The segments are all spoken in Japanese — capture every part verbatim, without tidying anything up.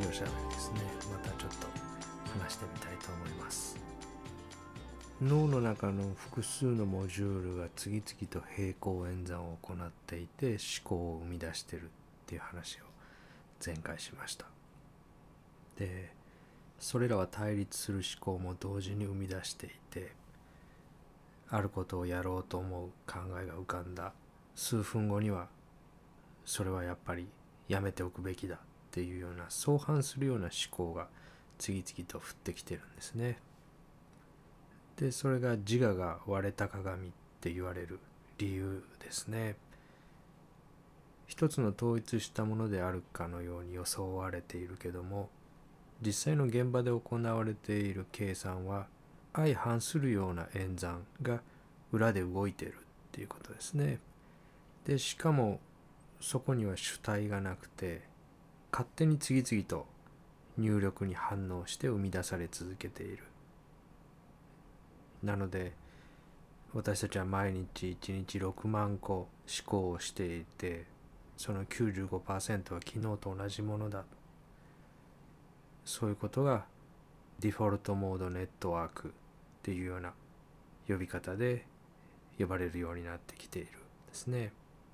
おしゃべりですね。またちょっと話してみたいと思います。脳の中の複数のモジュールが次々と平行演算を行っていて思考を生み出しているっていう話を前回しました。で、それらは対立する思考も同時に生み出していて、あることをやろうと思う考えが浮かんだ数分後には、それはやっぱりやめておくべきだっていうような相反するような思考が次々と降ってきてるんですね。で、それが自我が割れた鏡って言われる理由ですね。一つの統一したものであるかのように装われているけども、実際の現場で行われている計算は相反するような演算が裏で動いているっていうことですね。で、しかもそこには主体がなくて、勝手に次々と入力に反応して生み出され続けている。なので私たちは毎日いちにちろくまんこ思考をしていて、その きゅうじゅうごパーセント は昨日と同じものだ。そういうことがデフォルトモードネットワークっていうような呼び方で呼ばれるようになってきているですね。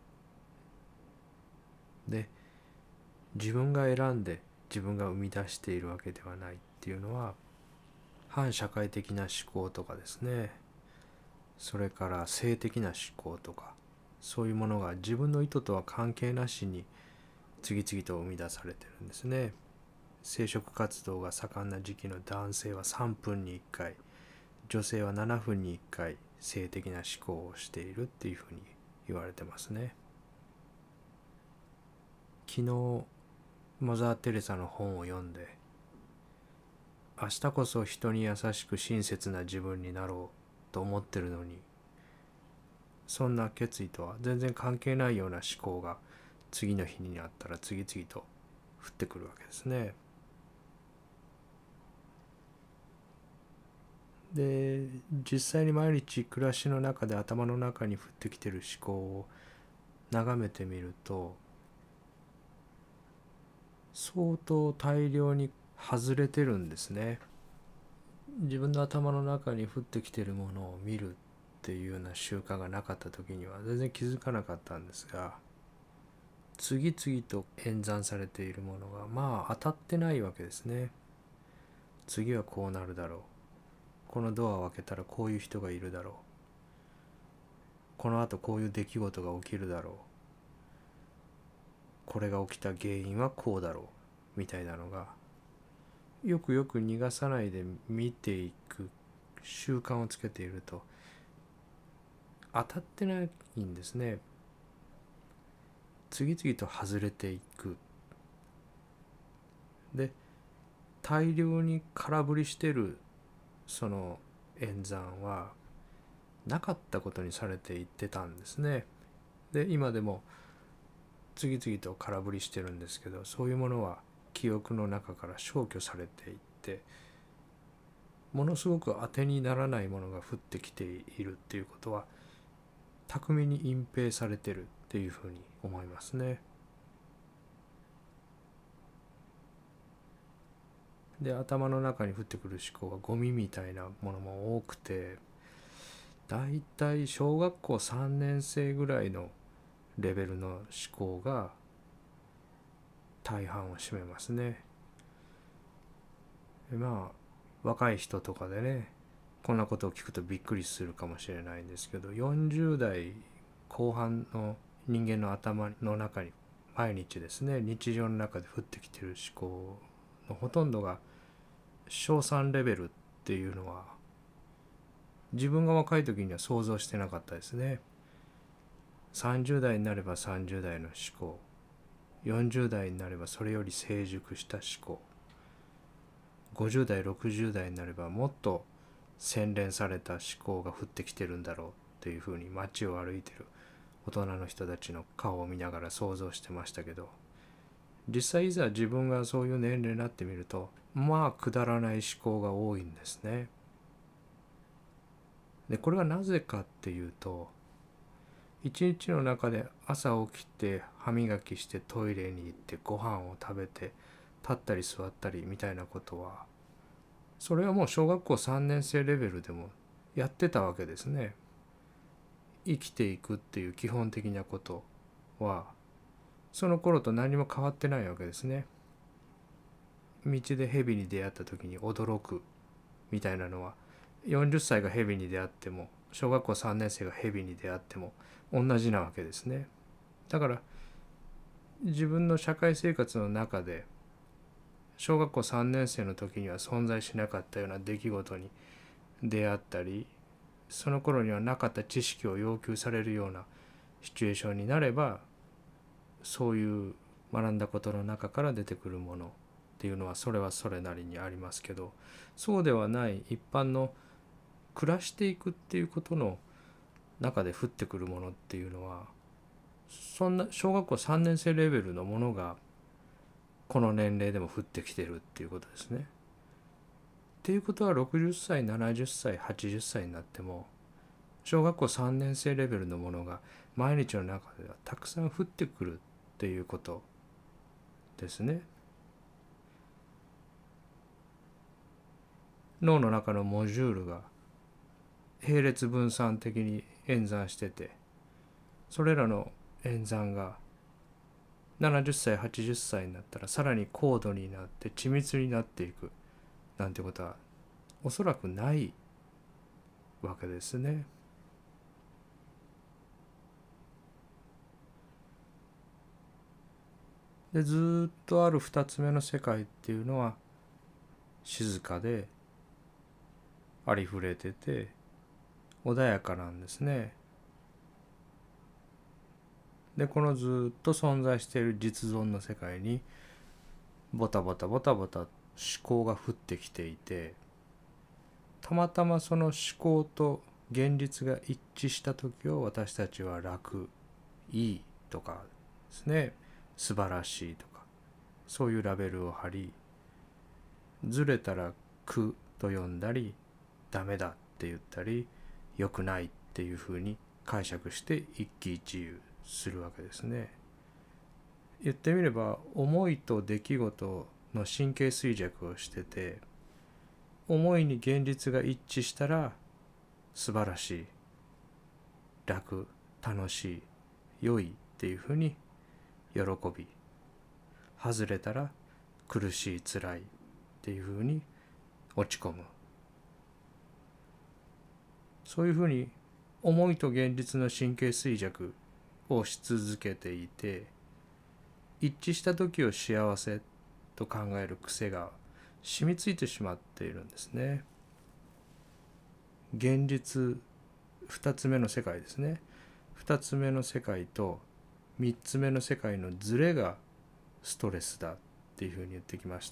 で、自分が選んで自分が生み出しているわけではないっていうのは、反社会的な思考とかですね、それから性的な思考とか、そういうものが自分の意図とは関係なしに次々と生み出されてるんですね。生殖活動が盛んな時期の男性はさんぷんにいっかい、女性はななふんにいっかい性的な思考をしているっていうふうに言われてますね。昨日マザー・テレサの本を読んで、明日こそ人に優しく親切な自分になろうと思ってるのに、そんな決意とは全然関係ないような思考が次の日になったら次々と降ってくるわけですね。で、実際に毎日暮らしの中で頭の中に降ってきてる思考を眺めてみると、相当大量に外れてるんですね。自分の頭の中に降ってきてるものを見るっていうような習慣がなかった時には全然気づかなかったんですが、次々と演算されているものがまあ当たってないわけですね。次はこうなるだろう、このドアを開けたらこういう人がいるだろう、このあとこういう出来事が起きるだろう、これが起きた原因はこうだろうみたいなのが、よくよく逃がさないで見ていく習慣をつけていると当たってないんですね。次々と外れていく。で、大量に空振りしてるその演算はなかったことにされていってたんですね。で、今でも次々と空振りしてるんですけど、そういうものは記憶の中から消去されていって、ものすごく当てにならないものが降ってきているっていうことは巧みに隠蔽されてるっていうふうに思いますね。で、頭の中に降ってくる思考はゴミみたいなものも多くて、だいたい小学校さんねん生ぐらいのレベルの思考が大半を占めますね。まあ若い人とかでね、こんなことを聞くとびっくりするかもしれないんですけど、よんじゅう代後半の人間の頭の中に毎日ですね、日常の中で降ってきている思考のほとんどが小さんレベルっていうのは自分が若い時には想像してなかったですね。さんじゅう代になればさんじゅう代の思考、よんじゅう代になればそれより成熟した思考、ごじゅう代ろくじゅう代になればもっと洗練された思考が降ってきてるんだろうっていうふうに街を歩いてる大人の人たちの顔を見ながら想像してましたけど、実際いざ自分がそういう年齢になってみると、まあくだらない思考が多いんですね。で、これはなぜかっていうと、一日の中で朝起きて歯磨きしてトイレに行ってご飯を食べて立ったり座ったりみたいなことは、それはもう小学校さんねん生レベルでもやってたわけですね。生きていくっていう基本的なことはその頃と何も変わってないわけですね。道で蛇に出会った時に驚くみたいなのは、よんじゅっさいが蛇に出会っても小学校さんねん生が蛇に出会っても同じなわけですね。だから自分の社会生活の中で小学校さんねん生の時には存在しなかったような出来事に出会ったり、その頃にはなかった知識を要求されるようなシチュエーションになれば、そういう学んだことの中から出てくるものっていうのはそれはそれなりにありますけど、そうではない一般の暮らしていくっていうことの中で降ってくるものっていうのは、そんな小学校さんねん生レベルのものがこの年齢でも降ってきてるっていうことですね。っていうことはろくじゅっさいななじゅっさいはちじゅっさいになっても小学校さんねん生レベルのものが毎日の中ではたくさん降ってくるっていうことですね。脳の中のモジュールが並列分散的に演算してて、それらの演算がななじゅっさいはちじゅっさいになったらさらに高度になって緻密になっていくなんてことはおそらくないわけですね。でずっとある二つ目の世界っていうのは静かでありふれてて穏やかなんですね。でこのずっと存在している実存の世界にボタボタボタボタ思考が降ってきていて、たまたまその思考と現実が一致した時を私たちは楽、いいとかですね、素晴らしいとかそういうラベルを貼り、ずれたら苦と呼んだりダメだって言ったり良くないっていうふうに解釈して一喜一憂するわけですね。言ってみれば思いと出来事の神経衰弱をしてて、思いに現実が一致したら素晴らしい、楽、楽しい、良いっていうふうに喜び、外れたら苦しい、辛いっていうふうに落ち込む。そういうふうに思いと現実の神経衰弱をし続けていて、一致した時を幸せと考える癖が染みついてしまっているんですね。現実二つ目の世界ですね。二つ目の世界と三つ目の世界のズレがストレスだっていうふうに言ってきました。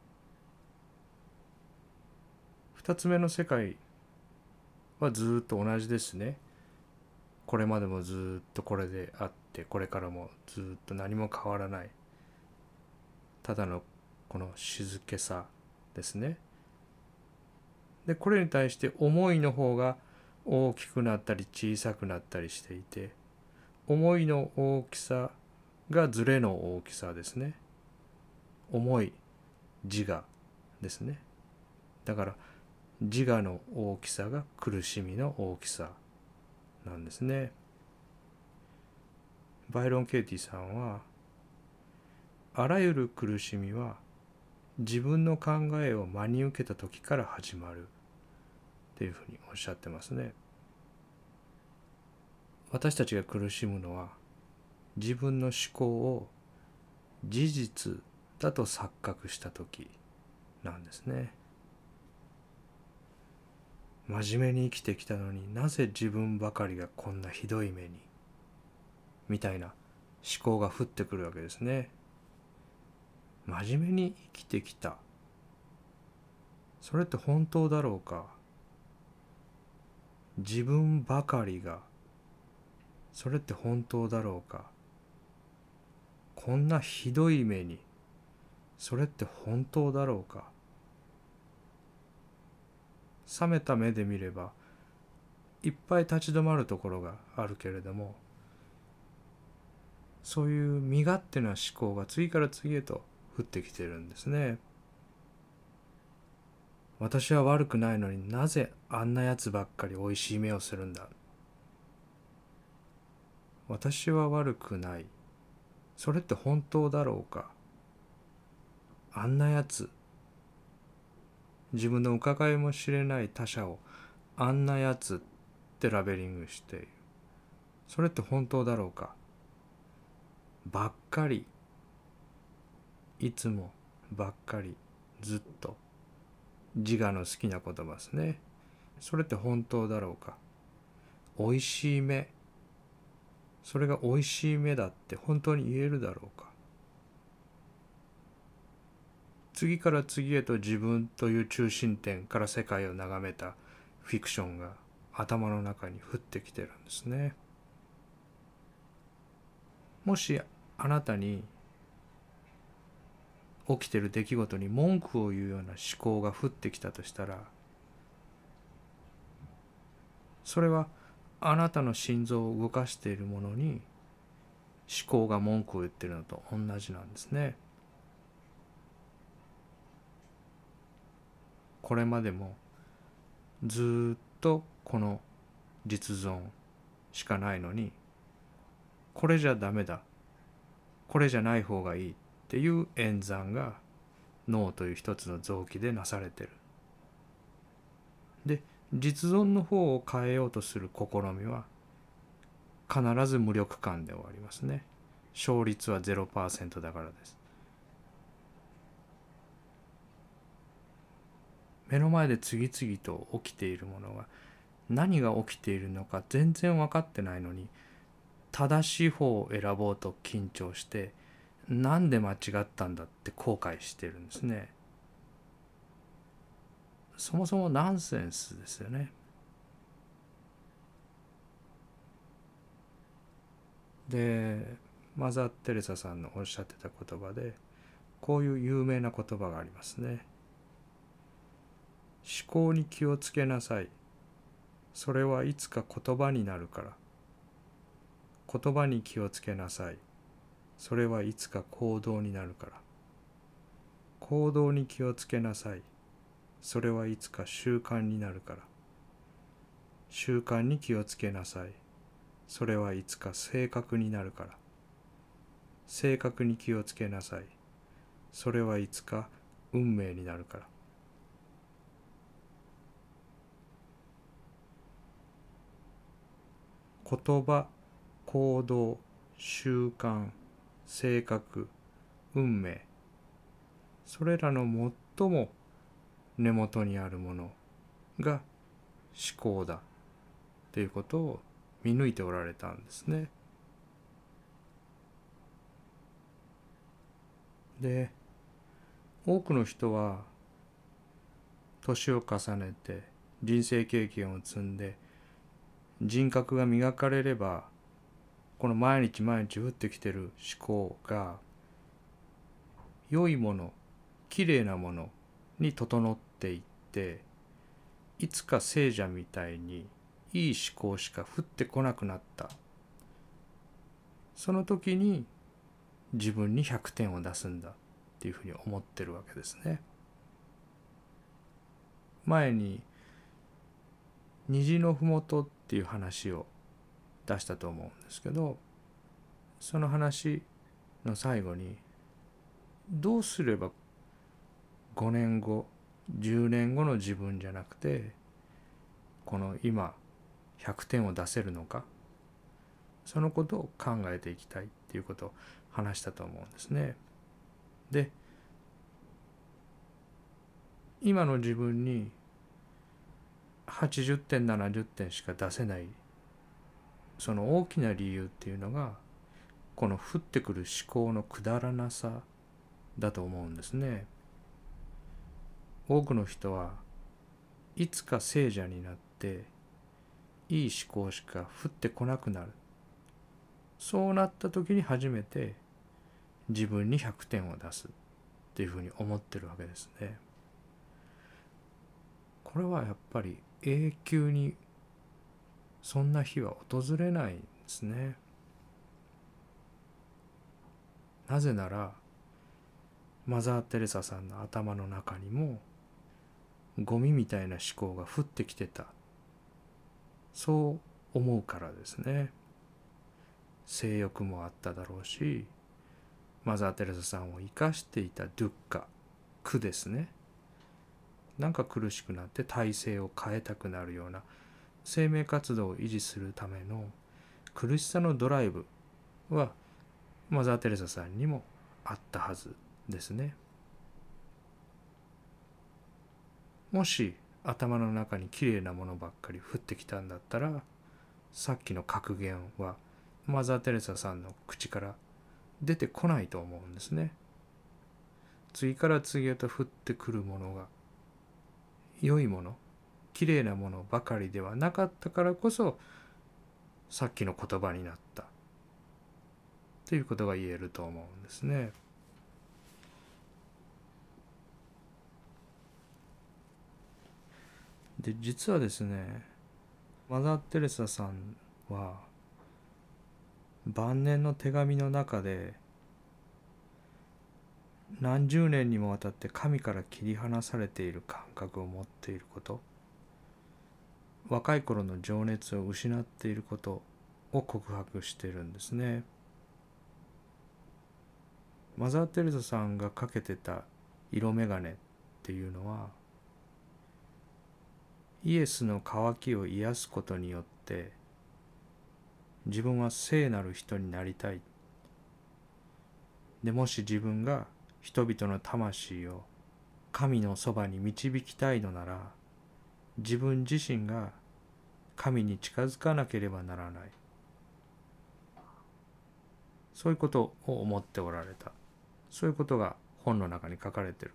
二つ目の世界はずっと同じですね。これまでもずっとこれであって、これからもずっと何も変わらない、ただのこの静けさですね。でこれに対して思いの方が大きくなったり小さくなったりしていて、思いの大きさがズレの大きさですね。思い、自我ですね。だから自我の大きさが苦しみの大きさなんですね。バイロン・ケイティさんは、あらゆる苦しみは自分の考えを真に受けた時から始まるっていうふうにおっしゃってますね。私たちが苦しむのは自分の思考を事実だと錯覚した時なんですね。真面目に生きてきたのになぜ自分ばかりがこんなひどい目にみたいな思考が降ってくるわけですね。真面目に生きてきた、それって本当だろうか。自分ばかりが、それって本当だろうか。こんなひどい目に、それって本当だろうか。冷めた目で見ればいっぱい立ち止まるところがあるけれども、そういう身勝手な思考が次から次へと降ってきてるんですね。私は悪くないのになぜあんなやつばっかりおいしい目をするんだ。私は悪くない。それって本当だろうか。あんなやつ。自分の伺いも知れない他者をあんなやつってラベリングしている。それって本当だろうか。ばっかり。いつもばっかり。ずっと。自我の好きな言葉ですね。それって本当だろうか。おいしい目。それがおいしい目だって本当に言えるだろうか。次から次へと自分という中心点から世界を眺めたフィクションが頭の中に降ってきてるんですね。もしあなたに起きてる出来事に文句を言うような思考が降ってきたとしたら、それはあなたの心臓を動かしているものに思考が文句を言っているのと同じなんですね。これまでもずっとこの実存しかないのに、これじゃダメだ、これじゃない方がいいっていう演算が脳という一つの臓器でなされてる。で、実存の方を変えようとする試みは必ず無力感で終わりますね。勝率は ゼロパーセント だからです。目の前で次々と起きているものが何が起きているのか全然分かってないのに、正しい方を選ぼうと緊張して、なんで間違ったんだって後悔してるんですね。そもそもナンセンスですよね。で、マザー・テレサさんのおっしゃってた言葉でこういう有名な言葉がありますね。思考に気をつけなさい。それはいつか言葉になるから。言葉に気をつけなさい。それはいつか行動になるから。行動に気をつけなさい。それはいつか習慣になるから。習慣に気をつけなさい。それはいつか性格になるから。性格に気をつけなさい。それはいつか運命になるから。言葉、行動、習慣、性格、運命、それらの最も根元にあるものが思考だということを見抜いておられたんですね。で、多くの人は年を重ねて人生経験を積んで人格が磨かれれば、この毎日毎日降ってきてる思考が良いもの、きれいなものに整っていって、いつか聖者みたいにいい思考しか降ってこなくなった。その時に自分にひゃくてんを出すんだっていうふうに思ってるわけですね。前に虹のふもとっていう話を出したと思うんですけど、その話の最後に、どうすればごねんごじゅうねんごの自分じゃなくてこの今ひゃくてんを出せるのか、そのことを考えていきたいっていうことを話したと思うんですね。で、今の自分にはちじゅってんななじゅってんしか出せないその大きな理由っていうのが、この降ってくる思考のくだらなさだと思うんですね。多くの人はいつか聖者になっていい思考しか降ってこなくなる。そうなった時に初めて自分にひゃくてんを出すっていうふうに思ってるわけですね。これはやっぱり永久にそんな日は訪れないんですね。なぜならマザー・テレサさんの頭の中にもゴミみたいな思考が降ってきてた、そう思うからですね。性欲もあっただろうし、マザー・テレサさんを生かしていたドゥッカ、苦ですね。なんか苦しくなって体勢を変えたくなるような生命活動を維持するための苦しさのドライブはマザー・テレサさんにもあったはずですね。もし頭の中にきれいなものばっかり降ってきたんだったら、さっきの格言はマザー・テレサさんの口から出てこないと思うんですね。次から次へと降ってくるものが良いもの、きれいなものばかりではなかったからこそ、さっきの言葉になったということが言えると思うんですね。で、実はですね、マザー・テレサさんは晩年の手紙の中で、何十年にもわたって神から切り離されている感覚を持っていること、若い頃の情熱を失っていることを告白しているんですね。マザー・テレサさんがかけてた色眼鏡っていうのは、イエスの渇きを癒すことによって自分は聖なる人になりたい。でもし自分が人々の魂を神のそばに導きたいのなら、自分自身が神に近づかなければならない。そういうことを思っておられた。そういうことが本の中に書かれている。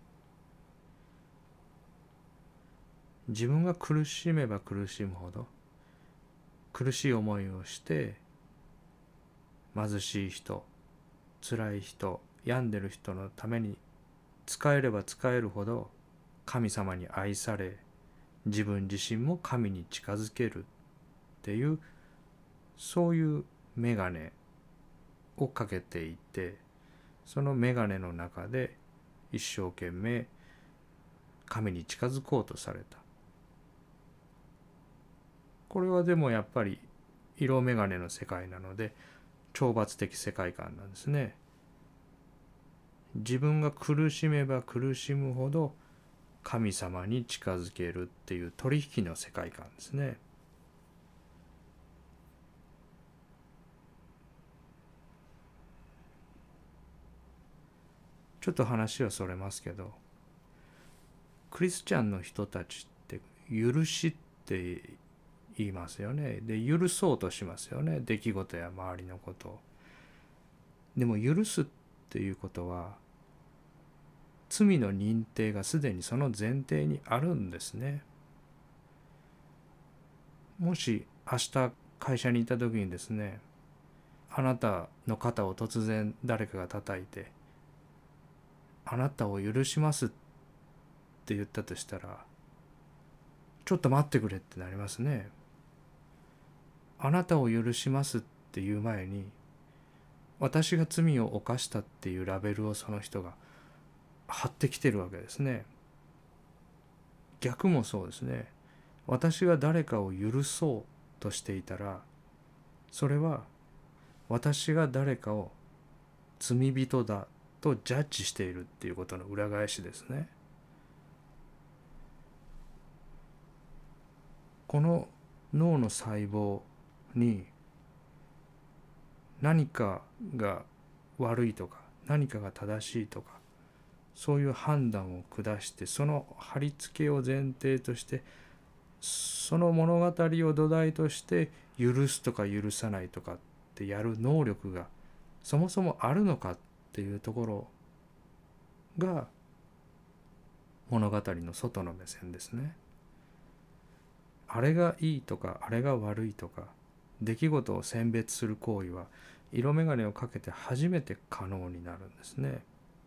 自分が苦しめば苦しむほど、苦しい思いをして貧しい人、辛い人、病んでる人のために使えれば使えるほど神様に愛され、自分自身も神に近づけるっていう、そういう眼鏡をかけていて、その眼鏡の中で一生懸命神に近づこうとされた。これはでもやっぱり色眼鏡の世界なので懲罰的世界観なんですね。自分が苦しめば苦しむほど神様に近づけるっていう取引の世界観ですね。ちょっと話はそれますけど、クリスチャンの人たちって許しって言いますよね。で、許そうとしますよね。出来事や周りのことを。でも許すっていうことは、罪の認定がすでにその前提にあるんですね。もし明日会社にいた時にですね、あなたの肩を突然誰かが叩いて、あなたを許しますって言ったとしたら、ちょっと待ってくれってなりますね。あなたを許しますっていう前に、私が罪を犯したっていうラベルをその人が貼ってきてるわけですね。逆もそうですね。私が誰かを許そうとしていたら、それは私が誰かを罪人だとジャッジしているっていうことの裏返しですね。この脳の細胞に何かが悪いとか何かが正しいとか、そういう判断を下して、その貼り付けを前提として、その物語を土台として許すとか許さないとかってやる能力がそもそもあるのかっていうところが物語の外の目線ですね。あれがいいとかあれが悪いとか、出来事を選別する行為は色眼鏡をかけて初めて可能になるんですね。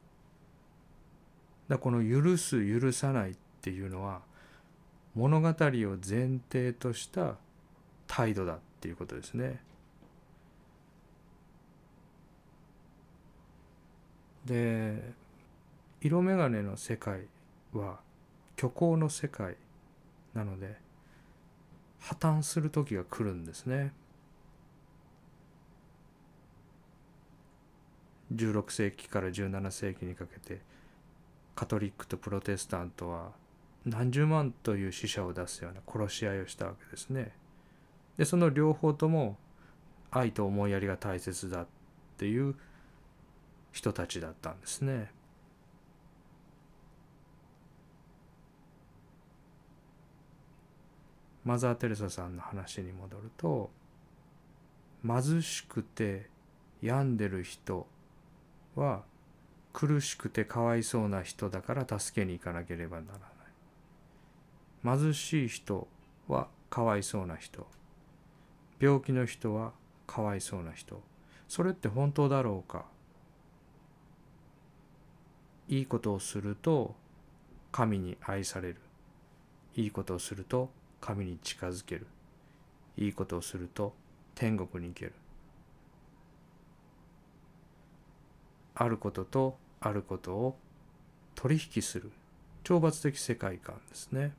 だこの許す許さないっていうのは物語を前提とした態度だっていうことですね。で、 色眼鏡の世界は虚構の世界なので破綻する時が来るんですね。じゅうろくせいきからじゅうななせいきにかけてカトリックとプロテスタントは何十万という死者を出すような殺し合いをしたわけですね。でその両方とも愛と思いやりが大切だっていう人たちだったんですね。マザー・テレサさんの話に戻ると、貧しくて病んでる人は苦しくてかわいそうな人だから助けに行かなければならない。貧しい人はかわいそうな人、病気の人はかわいそうな人、それって本当だろうか。いいことをすると神に愛される、いいことをすると神に近づける、いいことをすると天国に行ける。あることとあることを取引する懲罰的世界観ですね。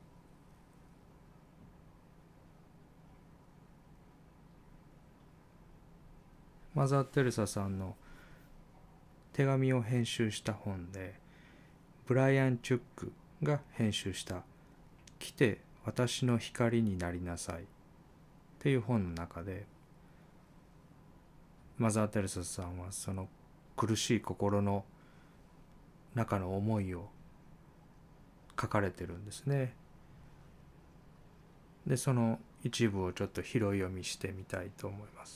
マザー・テレサさんの手紙を編集した本で、ブライアン・チュックが編集した「来て私の光になりなさい」っていう本の中で、マザー・テレサさんはその苦しい心の中の思いを書かれてるんですね。でその一部をちょっと拾い読みしてみたいと思います。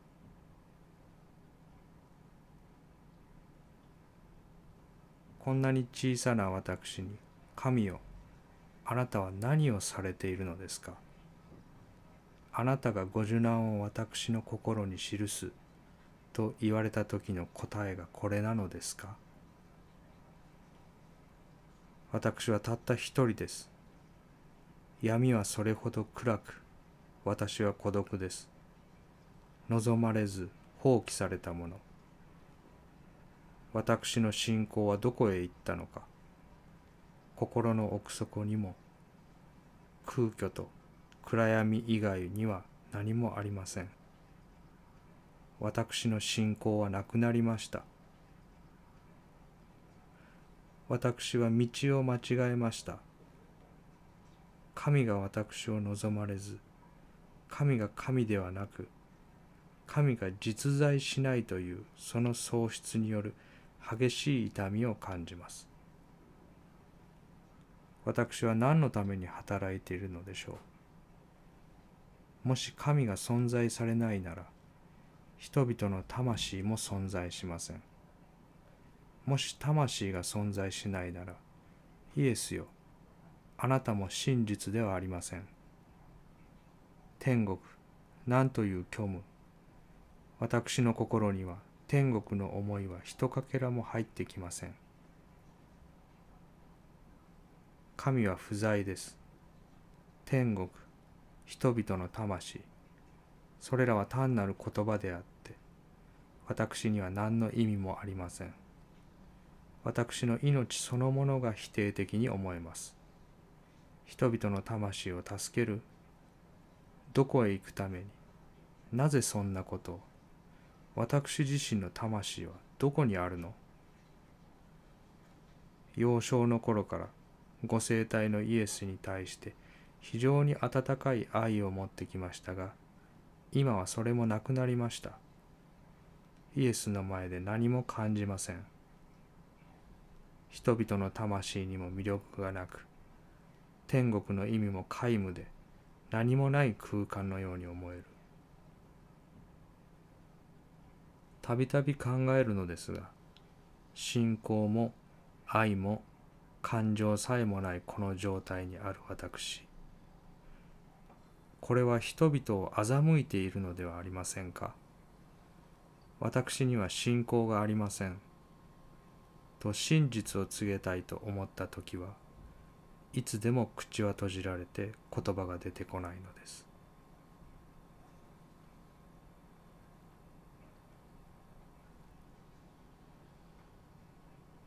こんなに小さな私に、神よ、あなたは何をされているのですか。あなたがご受難を私の心に記すと言われた時の答えがこれなのですか。私はたった一人です。闇はそれほど暗く、私は孤独です。望まれず放棄されたもの。私の信仰はどこへ行ったのか。心の奥底にも空虚と暗闇以外には何もありません。私の信仰はなくなりました。私は道を間違えました。神が私を望まれず、神が神ではなく、神が実在しないというその喪失による激しい痛みを感じます。私は何のために働いているのでしょう。もし神が存在されないなら、人々の魂も存在しません。もし魂が存在しないなら、イエスよ、あなたも真実ではありません。天国、なんという虚無。私の心には天国の思いはひとかけらも入ってきません。神は不在です。天国、人々の魂、それらは単なる言葉であって、私には何の意味もありません。私の命そのものが否定的に思えます。人々の魂を助ける。どこへ行くために、なぜそんなことを。私自身の魂はどこにあるの。幼少の頃からご生体のイエスに対して非常に温かい愛を持ってきましたが、今はそれもなくなりました。イエスの前で何も感じません。人々の魂にも魅力がなく、天国の意味も皆無で何もない空間のように思える。たびたび考えるのですが、信仰も愛も感情さえもないこの状態にある私、これは人々を欺いているのではありませんか。私には信仰がありませんと真実を告げたいと思ったときは、いつでも口は閉じられて言葉が出てこないのです。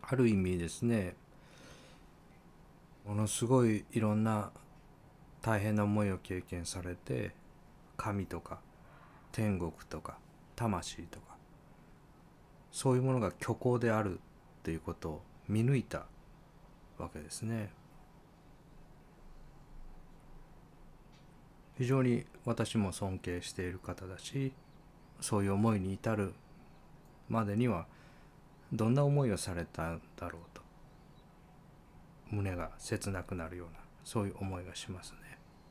ある意味ですね、ものすごいいろんな大変な思いを経験されて、神とか天国とか魂とかそういうものが虚構であるっていうことを見抜いたわけですね。非常に私も尊敬している方だし、そういう思いに至るまでにはどんな思いをされたんだろうと、胸が切なくなるような、そういう思いがしますね。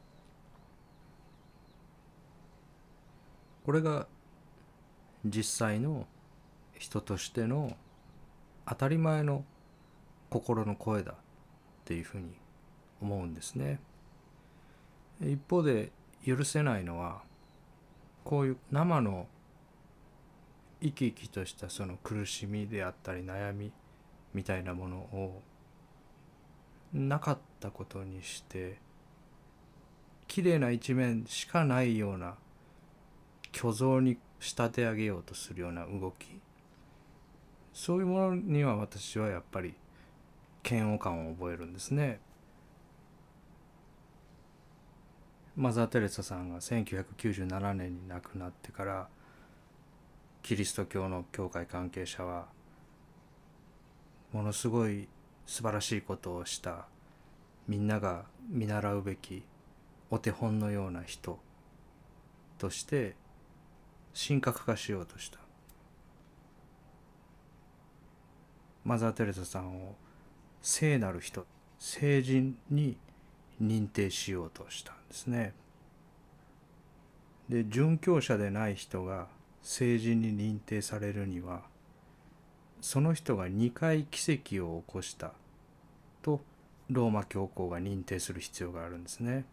これが実際の人としての当たり前の心の声だっていうふうに思うんですね。一方で許せないのは、こういう生の生き生きとしたその苦しみであったり悩みみたいなものをなかったことにして、綺麗な一面しかないような虚像に仕立て上げようとするような動き、そういうものには私はやっぱり嫌悪感を覚えるんですね。マザー・テレサさんがせんきゅうひゃくきゅうじゅうななねんに亡くなってから、キリスト教の教会関係者はものすごい素晴らしいことをした、みんなが見習うべきお手本のような人として神格化しようとした。マザー・テレサさんを聖なる人、聖人に認定しようとしたんですね。で、殉教者でない人が聖人に認定されるには、その人がにかい奇跡を起こしたとローマ教皇が認定する必要があるんですね。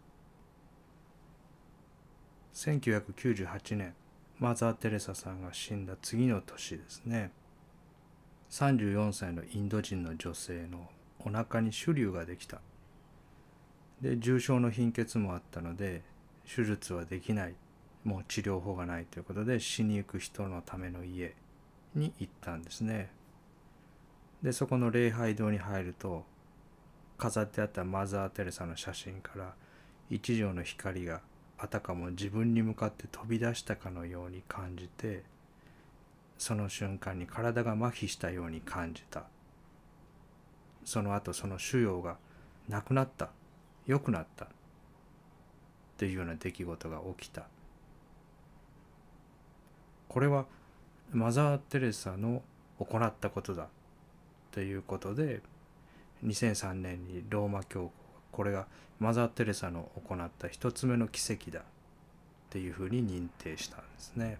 せんきゅうひゃくきゅうじゅうはちねん、マザー・テレサさんが死んだ次の年ですね、さんじゅうよんさいのインド人の女性のお腹に腫瘤ができた。で、重症の貧血もあったので手術はできない、もう治療法がないということで、死にゆく人のための家に行ったんですね。で、そこの礼拝堂に入ると、飾ってあったマザー・テレサの写真から一条の光があたかも自分に向かって飛び出したかのように感じて、その瞬間に体が麻痺したように感じた。その後その腫瘍がなくなった、良くなったっていうような出来事が起きた。これはマザー・テレサの行ったことだということで、にせんさんねんにローマ教皇はこれがマザー・テレサの行った一つ目の奇跡だっていうふうに認定したんですね。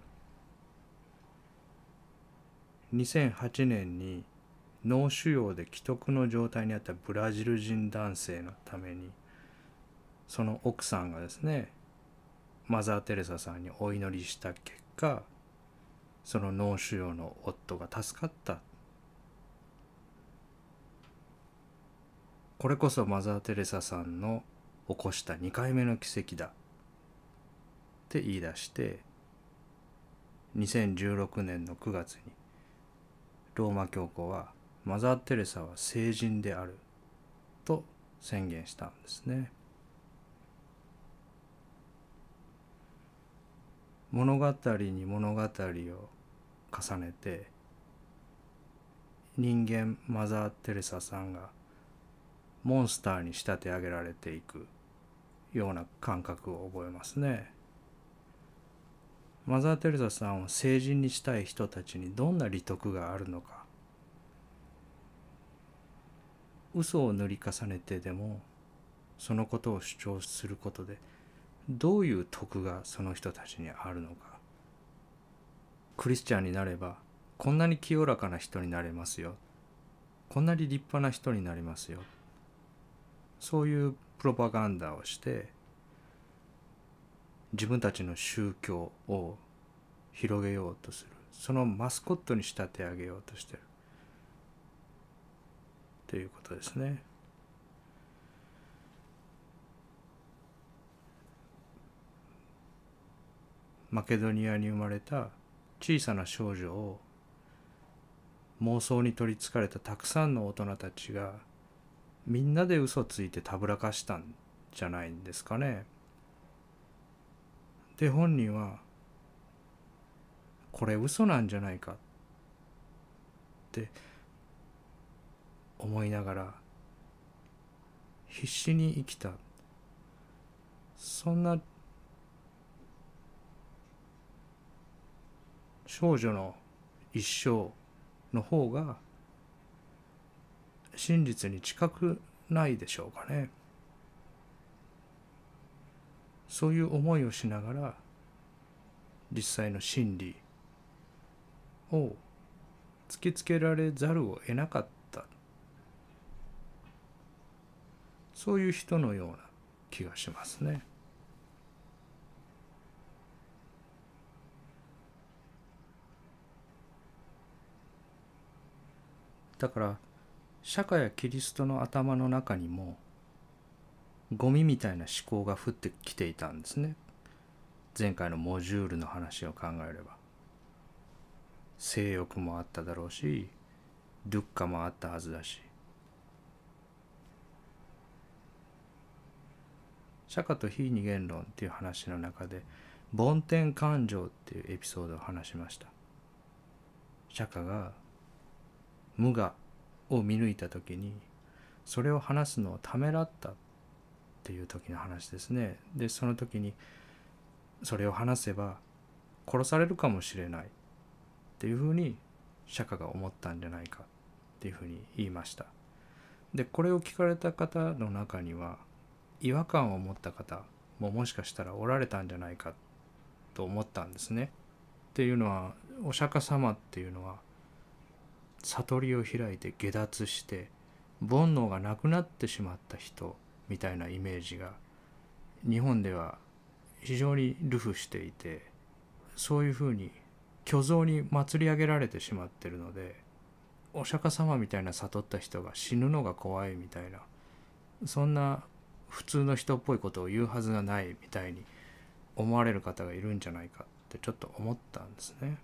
にせんはちねんに脳腫瘍で危篤の状態にあったブラジル人男性のために、その奥さんがですね、マザー・テレサさんにお祈りした結果、その脳腫瘍の夫が助かった。これこそマザー・テレサさんの起こしたにかいめの奇跡だって言い出して、にせんじゅうろくねんのくがつにローマ教皇はマザー・テレサは聖人であると宣言したんですね。物語に物語を重ねて、人間マザー・テレサさんがモンスターに仕立て上げられていくような感覚を覚えますね。マザー・テレサさんを聖人にしたい人たちにどんな利得があるのか、嘘を塗り重ねてでもそのことを主張することでどういう得がその人たちにあるのか。クリスチャンになればこんなに清らかな人になれますよ、こんなに立派な人になりますよ、そういうプロパガンダをして自分たちの宗教を広げようとする、そのマスコットに仕立て上げようとしているということですね。マケドニアに生まれた小さな少女を妄想に取りつかれたたくさんの大人たちがみんなで嘘ついてたぶらかしたんじゃないんですかね。で本人はこれ嘘なんじゃないかって思いながら必死に生きた、そんな少女の一生の方が真実に近くないでしょうかね。そういう思いをしながら実際の真理を突きつけられざるを得なかった、そういう人のような気がしますね。だから釈迦やキリストの頭の中にもゴミみたいな思考が降ってきていたんですね。前回のモジュールの話を考えれば性欲もあっただろうし、ドゥッカもあったはずだし、釈迦と非二元論っていう話の中で梵天感情っていうエピソードを話しました。釈迦が無我を見抜いた時にそれを話すのをためらったっていう時の話ですね。でその時にそれを話せば殺されるかもしれないっていうふうに釈迦が思ったんじゃないかっていうふうに言いました。でこれを聞かれた方の中には違和感を持った方ももしかしたらおられたんじゃないかと思ったんですね。っていうのはお釈迦様っていうのは悟りを開いて下脱して煩悩がなくなってしまった人みたいなイメージが日本では非常に流布していて、そういうふうに虚像に祭り上げられてしまっているので、お釈迦様みたいな悟った人が死ぬのが怖いみたいな、そんな普通の人っぽいことを言うはずがないみたいに思われる方がいるんじゃないかってちょっと思ったんですね。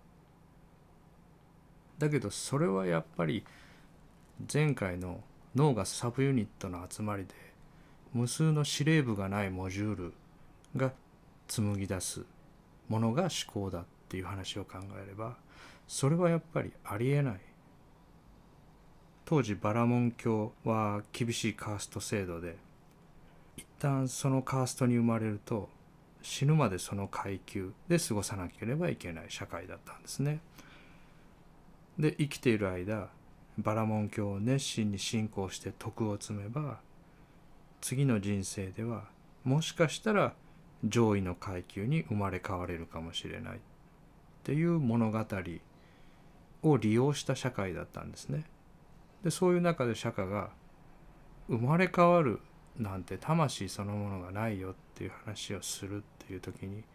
だけどそれはやっぱり前回の脳がサブユニットの集まりで無数の司令部がないモジュールが紡ぎ出すものが思考だっていう話を考えれば、それはやっぱりありえない。当時バラモン教は厳しいカースト制度で、一旦そのカーストに生まれると死ぬまでその階級で過ごさなければいけない社会だったんですね。で生きている間バラモン教を熱心に信仰して徳を積めば、次の人生ではもしかしたら上位の階級に生まれ変われるかもしれないっていう物語を利用した社会だったんですね。でそういう中で釈迦が生まれ変わるなんて魂そのものがないよっていう話をするっていう時に、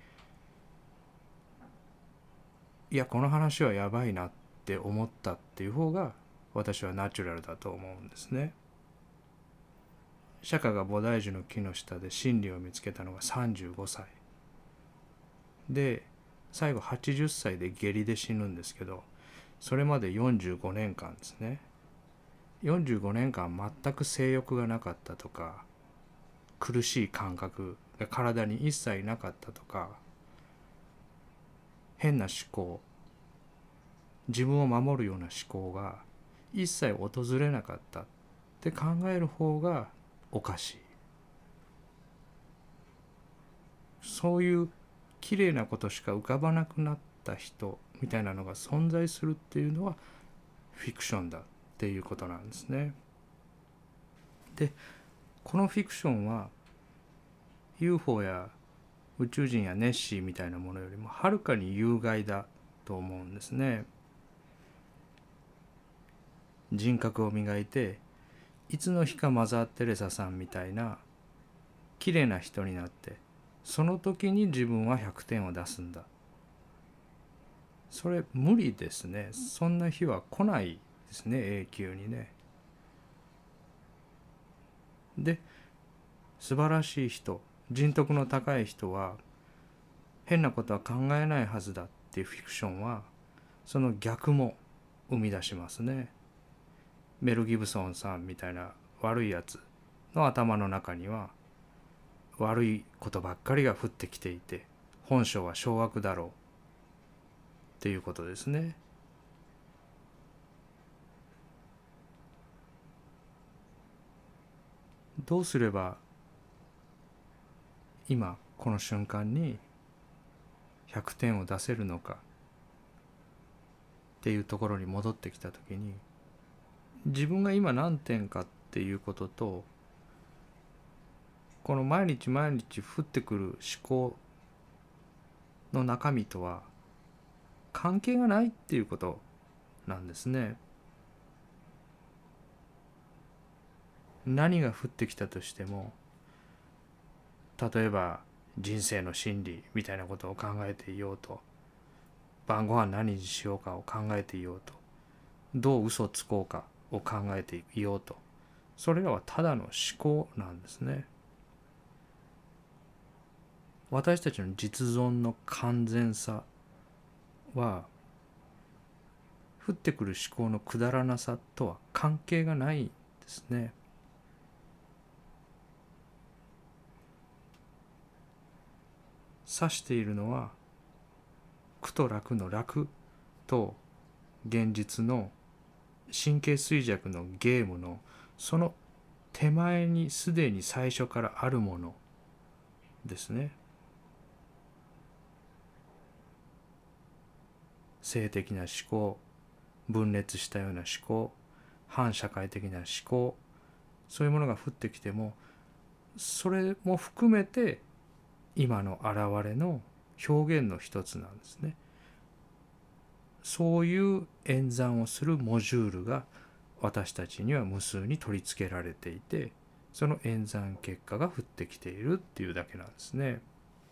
いやこの話はやばいなって思ったっていう方が私はナチュラルだと思うんですね。釈迦が菩提樹の木の下で真理を見つけたのがさんじゅうごさいで、最後はちじゅっさいで下痢で死ぬんですけど、それまでよんじゅうごねんかんですね。よんじゅうごねんかん全く性欲がなかったとか、苦しい感覚が体に一切なかったとか、変な思考、自分を守るような思考が一切訪れなかったって考える方がおかしい。そういうきれいなことしか浮かばなくなった人みたいなのが存在するっていうのはフィクションだっていうことなんですね。でこのフィクションは ユーフォー や宇宙人やネッシーみたいなものよりもはるかに有害だと思うんですね。人格を磨いていつの日かマザー・テレサさんみたいな綺麗な人になって、その時に自分はひゃくてんを出すんだ。それ無理ですね。そんな日は来ないですね、永久にね。で素晴らしい人、人徳の高い人は変なことは考えないはずだっていうフィクションはその逆も生み出しますね。メル・ギブソンさんみたいな悪いやつの頭の中には悪いことばっかりが降ってきていて、本性は掌握だろうっていうことですね。どうすれば今この瞬間にひゃくてんを出せるのかっていうところに戻ってきたときに、自分が今何点かっていうことと、この毎日毎日降ってくる思考の中身とは関係がないっていうことなんですね。何が降ってきたとしても、例えば人生の真理みたいなことを考えていようと、晩ご飯何にしようかを考えていようと、どう嘘をつこうかを考えていようと、それらはただの思考なんですね。私たちの実存の完全さは、降ってくる思考のくだらなさとは関係がないんですね。指しているのは、苦と楽の楽と現実の神経衰弱のゲームのその手前にすでに最初からあるものですね。性的な思考、分裂したような思考、反社会的な思考、そういうものが降ってきても、それも含めて今の現れの表現の一つなんですね。そういう演算をするモジュールが私たちには無数に取り付けられていて、その演算結果が降ってきているっていうだけなんですね。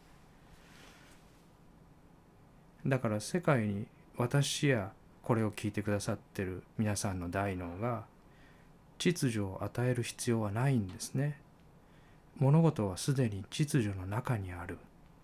だから世界に私やこれを聞いてくださってる皆さんの大脳が秩序を与える必要はないんですね。物事はすでに秩序の中にある。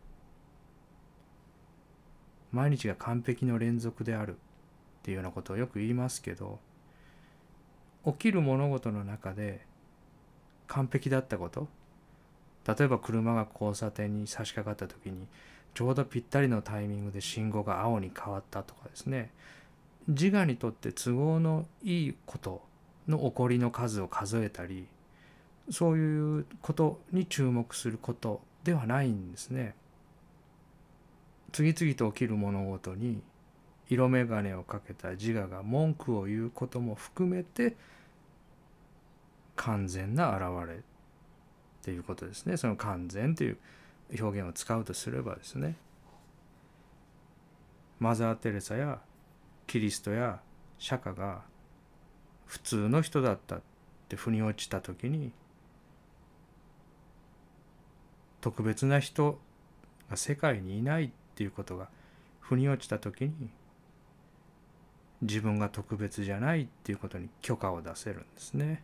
毎日が完璧の連続であるっていうようなことをよく言いますけど、起きる物事の中で完璧だったこと、例えば車が交差点に差し掛かった時にちょうどぴったりのタイミングで信号が青に変わったとかですね、自我にとって都合のいいことの起こりの数を数えたり、そういうことに注目することではないんですね。次々と起きる物事に色眼鏡をかけた自我が文句を言うことも含めて完全な現れっていうことですね。その完全という表現を使うとすればですね、マザー・テレサやキリストや釈迦が普通の人だったって腑に落ちた時に、特別な人が世界にいないっていうことが腑に落ちた時に、自分が特別じゃないっていうことに許可を出せるんですね。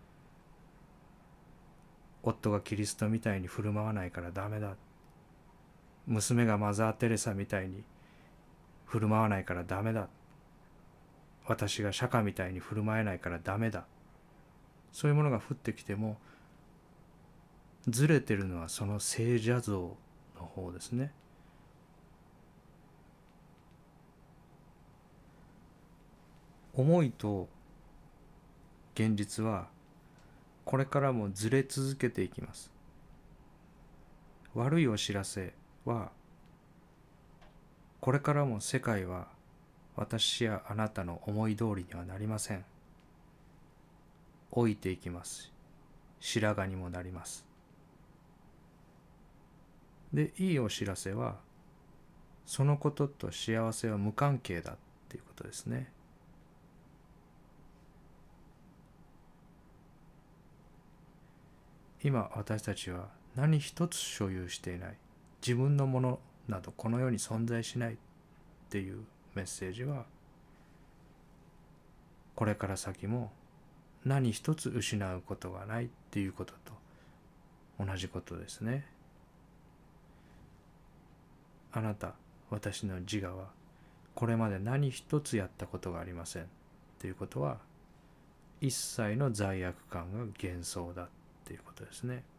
夫がキリストみたいに振る舞わないからダメだ、娘がマザー・テレサみたいに振る舞わないからダメだ、私が釈迦みたいに振る舞えないからダメだ、そういうものが降ってきても、ずれてるのはその聖者像の方ですね。思いと現実はこれからもずれ続けていきます。悪いお知らせは、これからも世界は私やあなたの思い通りにはなりません。老いていきます。白髪にもなります。で、いいお知らせは、そのことと幸せは無関係だっていうことですね。今私たちは何一つ所有していない、自分のものなどこの世に存在しないっていうメッセージは、これから先も何一つ失うことがないっていうことと同じことですね。あなた、私の自我はこれまで何一つやったことがありませんということは、一切の罪悪感が幻想だっていうことですね。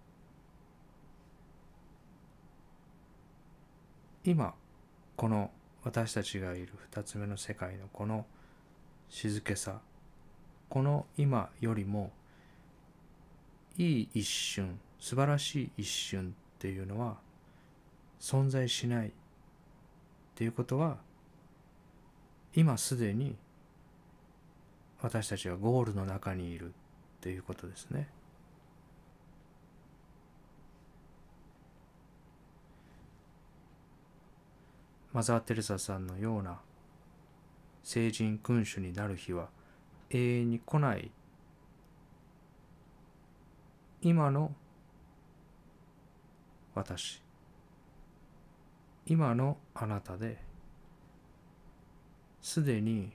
今この私たちがいる二つ目の世界のこの静けさ、この今よりもいい一瞬、素晴らしい一瞬っていうのは存在しないっていうことは、今すでに私たちはゴールの中にいるっていうことですね。マザー・テレサさんのような聖人君主になる日は永遠に来ない。今の私、今のあなたですでに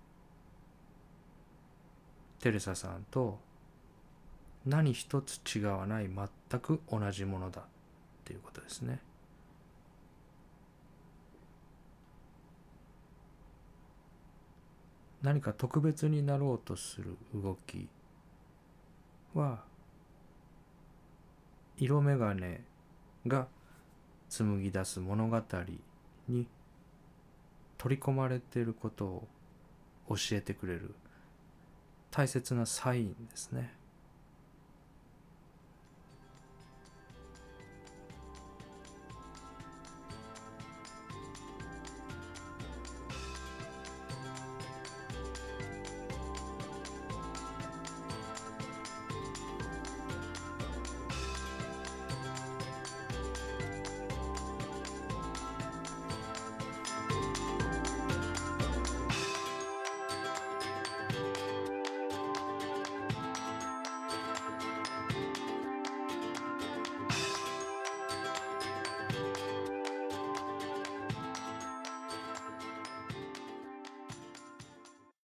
テレサさんと何一つ違わない、全く同じものだっていうことですね。何か特別になろうとする動きは、色眼鏡が紡ぎ出す物語に取り込まれていることを教えてくれる大切なサインですね。